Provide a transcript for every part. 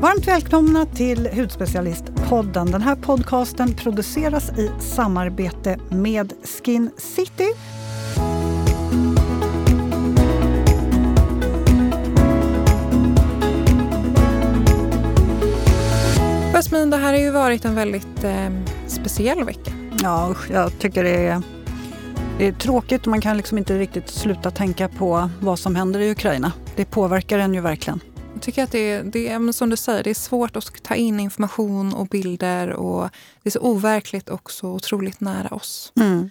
Varmt välkomna till Hudspecialistpodden. Den här podcasten produceras i samarbete med Skin City. Jasmin, det här har ju varit en väldigt speciell vecka. Ja, jag tycker det är tråkigt och man kan liksom inte riktigt sluta tänka på vad som händer i Ukraina. Det påverkar en ju verkligen. Jag tycker att det är som du säger, det är svårt att ta in information och bilder och det är så overkligt och så otroligt nära oss. Mm.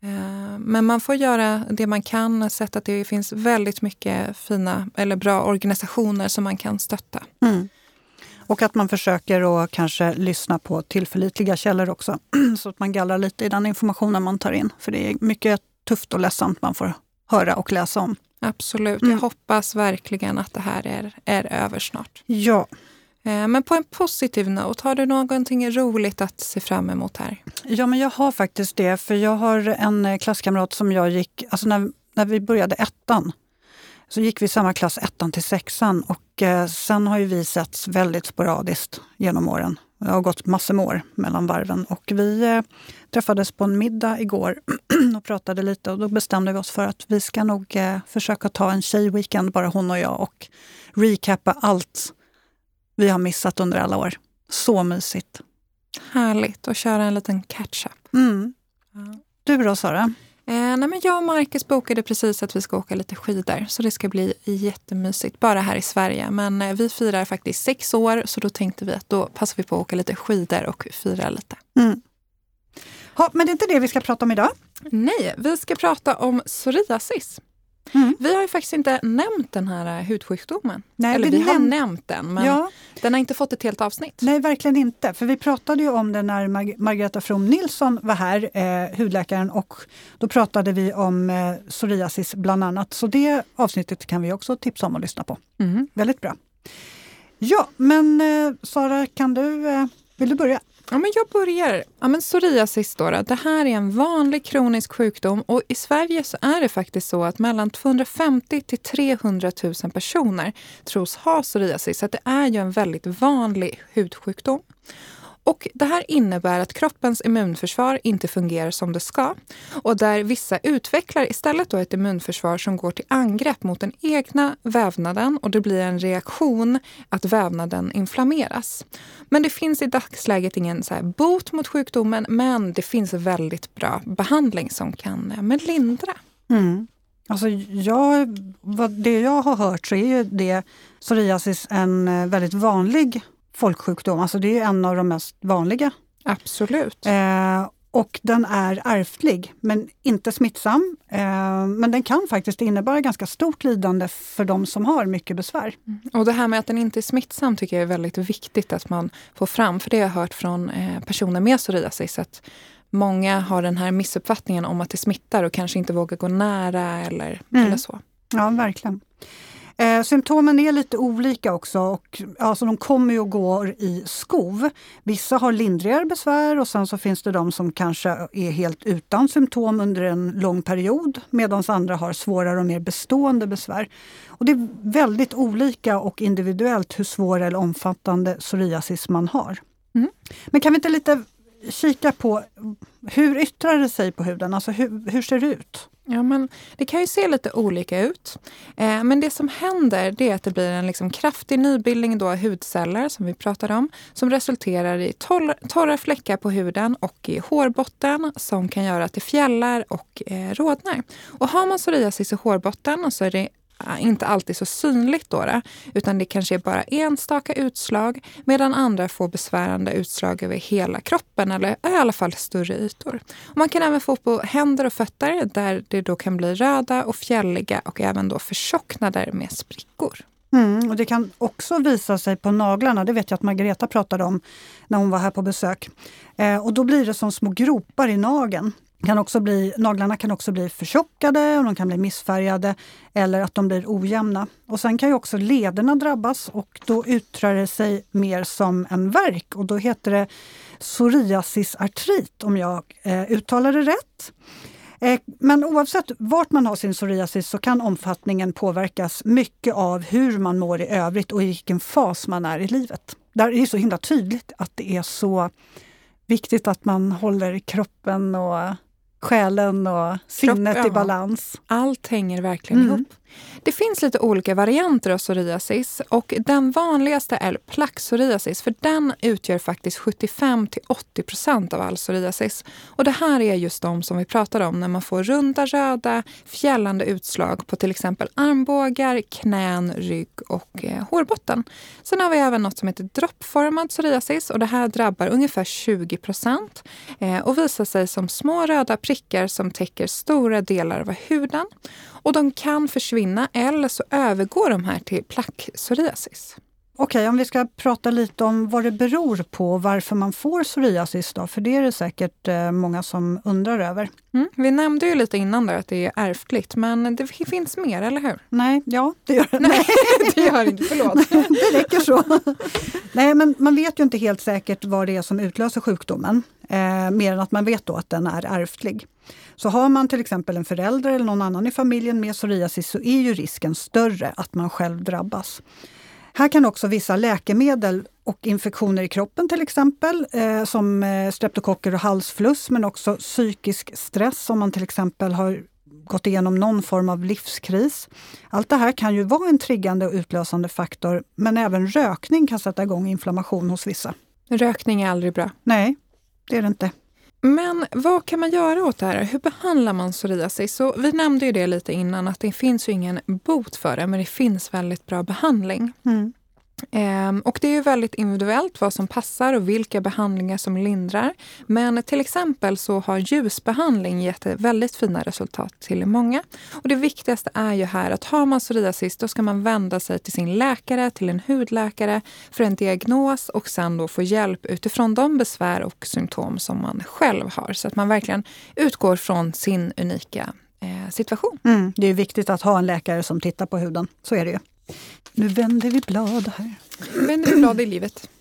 Men man får göra det man kan, sett att det finns väldigt mycket fina eller bra organisationer som man kan stötta. Mm. Och att man försöker att kanske lyssna på tillförlitliga källor också. Så att man gallrar lite i den informationen man tar in. För det är mycket tufft och ledsamt man får höra och läsa om. Absolut, jag hoppas verkligen att det här är över snart. Ja. Men på en positiv not, har du någonting roligt att se fram emot här? Ja, men jag har faktiskt det. För jag har en klasskamrat som jag gick, alltså när vi började ettan. Så gick vi samma klass 1 till 6 och sen har ju vi setts väldigt sporadiskt genom åren. Det har gått massor med år mellan varven och vi träffades på en middag igår och pratade lite och då bestämde vi oss för att vi ska nog försöka ta en tjejweekend, bara hon och jag, och recappa allt vi har missat under alla år. Så mysigt. Härligt att köra en liten catch-up. Mm. Ja. Du då, Sara? Nej, men jag och Marcus bokade precis att vi ska åka lite skidor. Så det ska bli jättemysigt, bara här i Sverige. Men vi firar faktiskt 6 år, så då tänkte vi att då passar vi på att åka lite skidor och fira lite. Mm. Ja, men det är inte det vi ska prata om idag. Nej, vi ska prata om psoriasis. Mm. Vi har ju faktiskt inte nämnt den här hudsjukdomen. Nej, eller vi har nämnt den, men den har inte fått ett helt avsnitt. Nej, verkligen inte. För vi pratade ju om det när Margareta From Nilsson var här, hudläkaren, och då pratade vi om psoriasis bland annat. Så det avsnittet kan vi också tipsa om att lyssna på. Mm. Väldigt bra. Ja, men Sara, vill du börja? Ja, men jag börjar. Ja, men psoriasis då. Det här är en vanlig kronisk sjukdom och i Sverige så är det faktiskt så att mellan 250 till 300 000 personer tros ha psoriasis. Så att det är ju en väldigt vanlig hudsjukdom. Och det här innebär att kroppens immunförsvar inte fungerar som det ska. Och där vissa utvecklar istället då ett immunförsvar som går till angrepp mot den egna vävnaden. Och det blir en reaktion att vävnaden inflammeras. Men det finns i dagsläget ingen så här bot mot sjukdomen. Men det finns väldigt bra behandling som kan lindra. Mm. Alltså det jag har hört så är ju det psoriasis en väldigt vanlig folksjukdom. Alltså det är en av de mest vanliga. Absolut. Och den är ärftlig, men inte smittsam. Men den kan faktiskt innebära ganska stort lidande för de som har mycket besvär. Och det här med att den inte är smittsam tycker jag är väldigt viktigt att man får fram. För det har jag hört från personer med psoriasis att många har den här missuppfattningen om att det smittar och kanske inte vågar gå nära eller så. Ja, verkligen. Symptomen är lite olika också och alltså de kommer ju och går i skov. Vissa har lindrigare besvär och sen så finns det de som kanske är helt utan symptom under en lång period medan andra har svårare och mer bestående besvär. Och det är väldigt olika och individuellt hur svår eller omfattande psoriasis man har. Mm. Men kan vi inte lite kika på hur yttrar det sig på huden? Alltså hur ser det ut? Ja, men det kan ju se lite olika ut. Men det som händer det är att det blir en kraftig nybildning då av hudceller som vi pratade om. Som resulterar i torra fläckar på huden och i hårbotten som kan göra att det fjällar och rodnar. Och har man psoriasis i hårbotten så är det inte alltid så synligt då, utan det kanske är bara enstaka utslag medan andra får besvärande utslag över hela kroppen eller i alla fall större ytor. Och man kan även få på händer och fötter där det då kan bli röda och fjälliga och även då förtjocknader med sprickor. Och det kan också visa sig på naglarna, det vet jag att Margareta pratade om när hon var här på besök. Och då blir det som små gropar i nageln. Naglarna kan också bli förtjockade och de kan bli missfärgade eller att de blir ojämna. Och sen kan ju också lederna drabbas och då yttrar det sig mer som en värk och då heter det psoriasisartrit om jag uttalar det rätt. Men oavsett vart man har sin psoriasis så kan omfattningen påverkas mycket av hur man mår i övrigt och i vilken fas man är i livet. Där är det så himla tydligt att det är så viktigt att man håller kroppen och själen och sinnet i balans. Allt hänger verkligen ihop. Det finns lite olika varianter av psoriasis och den vanligaste är plaque-psoriasis, för den utgör faktiskt 75-80% av all psoriasis. Och det här är just de som vi pratade om när man får runda, röda, fjällande utslag på till exempel armbågar, knän, rygg och hårbotten. Sen har vi även något som heter droppformad psoriasis och det här drabbar ungefär 20% och visar sig som små röda prickar som täcker stora delar av huden. Och de kan försvinna eller så övergår de här till plaque-psoriasis. Okej, om vi ska prata lite om vad det beror på, varför man får psoriasis då, för det är det säkert många som undrar över. Vi nämnde ju lite innan där att det är ärftligt, men det finns mer, eller hur? Nej, ja, det gör det. Nej, det gör inte, förlåt. Det räcker så. Nej, men man vet ju inte helt säkert vad det är som utlöser sjukdomen, mer än att man vet då att den är ärftlig. Så har man till exempel en förälder eller någon annan i familjen med psoriasis så är ju risken större att man själv drabbas. Här kan också vissa läkemedel och infektioner i kroppen till exempel, som streptokocker och halsfluss, men också psykisk stress om man till exempel har gått igenom någon form av livskris. Allt det här kan ju vara en triggande och utlösande faktor, men även rökning kan sätta igång inflammation hos vissa. Rökning är aldrig bra. Nej, det är det inte. Men vad kan man göra åt det här? Hur behandlar man psoriasis? Så vi nämnde ju det lite innan att det finns ju ingen bot för det, men det finns väldigt bra behandling. Och det är ju väldigt individuellt vad som passar och vilka behandlingar som lindrar. Men till exempel så har ljusbehandling gett väldigt fina resultat till många. Och det viktigaste är ju här att har man psoriasis då ska man vända sig till sin läkare, till en hudläkare för en diagnos och sen då få hjälp utifrån de besvär och symptom som man själv har. Så att man verkligen utgår från sin unika situation. Det är viktigt att ha en läkare som tittar på huden, så är det ju. Nu vänder vi blad här. Vänder vi blad i livet.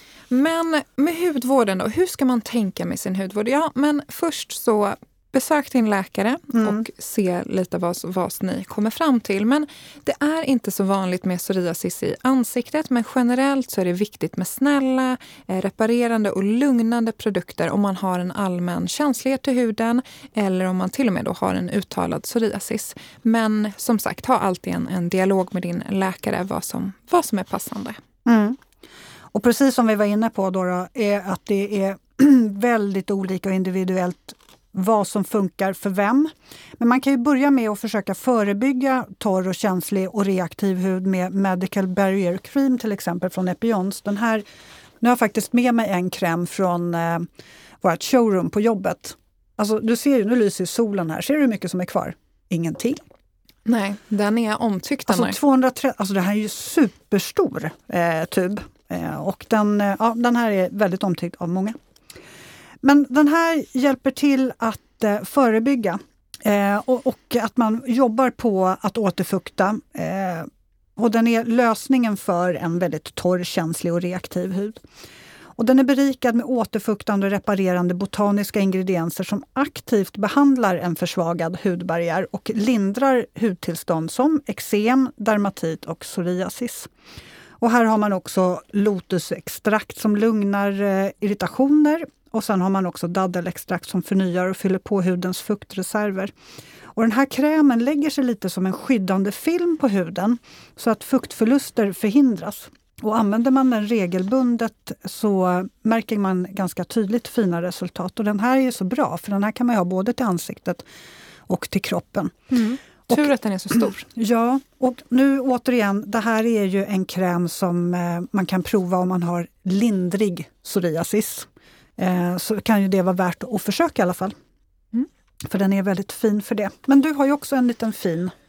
Men med hudvården då, hur ska man tänka med sin hudvård? Ja, men först så besök din läkare och se lite vad ni kommer fram till. Men det är inte så vanligt med psoriasis i ansiktet, men generellt så är det viktigt med snälla, reparerande och lugnande produkter om man har en allmän känslighet till huden eller om man till och med då har en uttalad psoriasis. Men som sagt, ha alltid en dialog med din läkare vad som är passande. Och precis som vi var inne på då är att det är väldigt olika och individuellt vad som funkar för vem. Men man kan ju börja med att försöka förebygga torr och känslig och reaktiv hud med Medical Barrier Cream till exempel från Epions. Den här, nu har jag faktiskt med mig en kräm från vårt showroom på jobbet. Alltså du ser ju, nu lyser solen här. Ser du hur mycket som är kvar? Ingenting. Nej, den är omtyckt. Alltså 230, alltså det här är ju superstor tub. Och den här är väldigt omtyckt av många. Men den här hjälper till att förebygga och att man jobbar på att återfukta. Och den är lösningen för en väldigt torr, känslig och reaktiv hud. Och den är berikad med återfuktande och reparerande botaniska ingredienser som aktivt behandlar en försvagad hudbarriär och lindrar hudtillstånd som eksem, dermatit och psoriasis. Och här har man också lotusextrakt som lugnar irritationer. Och sen har man också daddelextrakt som förnyar och fyller på hudens fuktreserver. Och den här krämen lägger sig lite som en skyddande film på huden så att fuktförluster förhindras. Och använder man den regelbundet så märker man ganska tydligt fina resultat. Och den här är så bra för den här kan man ha både till ansiktet och till kroppen. Tur att den är så stor. Ja, och nu återigen, det här är ju en kräm som man kan prova om man har lindrig psoriasis. Så kan ju det vara värt att försöka i alla fall. För den är väldigt fin för det. Men du har ju också en liten fin.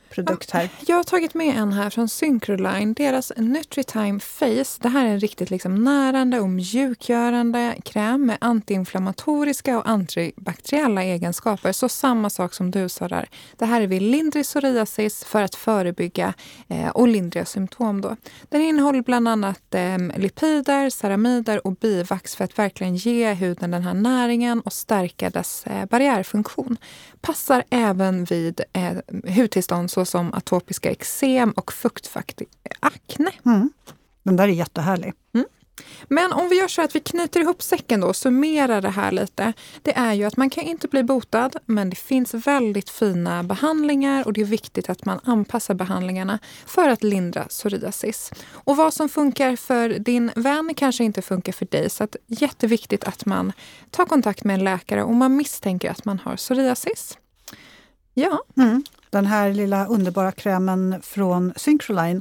produkt här. Jag har tagit med en här från Syncroline, deras Nutritime Face. Det här är en riktigt liksom närande och mjukgörande kräm med antiinflammatoriska och antibakteriella egenskaper. Så samma sak som du sa där. Det här är vid lindrig psoriasis för att förebygga och lindriga symptom då. Den innehåller bland annat lipider, ceramider och bivax för att verkligen ge huden den här näringen och stärka dess barriärfunktion. Passar även vid hudtillstånd såsom atopiska eksem och fuktfattig akne. Den där är jättehärlig. Men om vi gör så att vi knyter ihop säcken då och summerar det här lite. Det är ju att man kan inte bli botad, men det finns väldigt fina behandlingar och det är viktigt att man anpassar behandlingarna för att lindra psoriasis. Och vad som funkar för din vän kanske inte funkar för dig, så att jätteviktigt att man tar kontakt med en läkare om man misstänker att man har psoriasis. Ja. Den här lilla underbara krämen från Syncroline.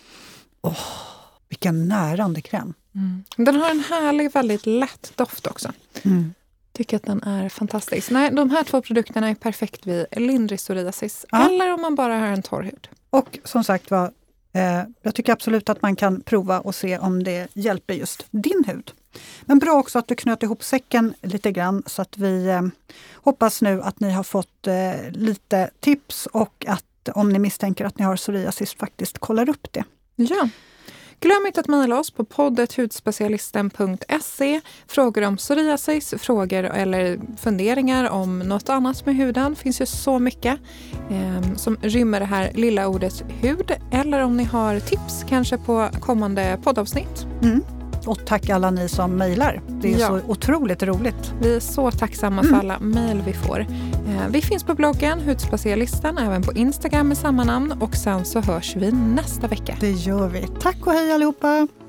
Vilken närande kräm. Den har en härlig, väldigt lätt doft också. Tycker att den är fantastisk. Nej, de här 2 produkterna är perfekt vid lindrig psoriasis. Eller om man bara har en torr hud. Och som sagt var, jag tycker absolut att man kan prova och se om det hjälper just din hud. Men bra också att du knöt ihop säcken lite grann, så att vi hoppas nu att ni har fått lite tips och att om ni misstänker att ni har psoriasis faktiskt kollar upp det. Ja. Glöm inte att mejla oss på poddet.hudspecialisten.se. Frågor om psoriasis, frågor eller funderingar om något annat med huden. Finns ju så mycket som rymmer det här lilla ordet hud. Eller om ni har tips kanske på kommande poddavsnitt. Och tack alla ni som mejlar. Det är så otroligt roligt. Vi är så tacksamma för alla mejl vi får. Vi finns på bloggen Hudspecialisten, även på Instagram med samma namn. Och sen så hörs vi nästa vecka. Det gör vi. Tack och hej allihopa!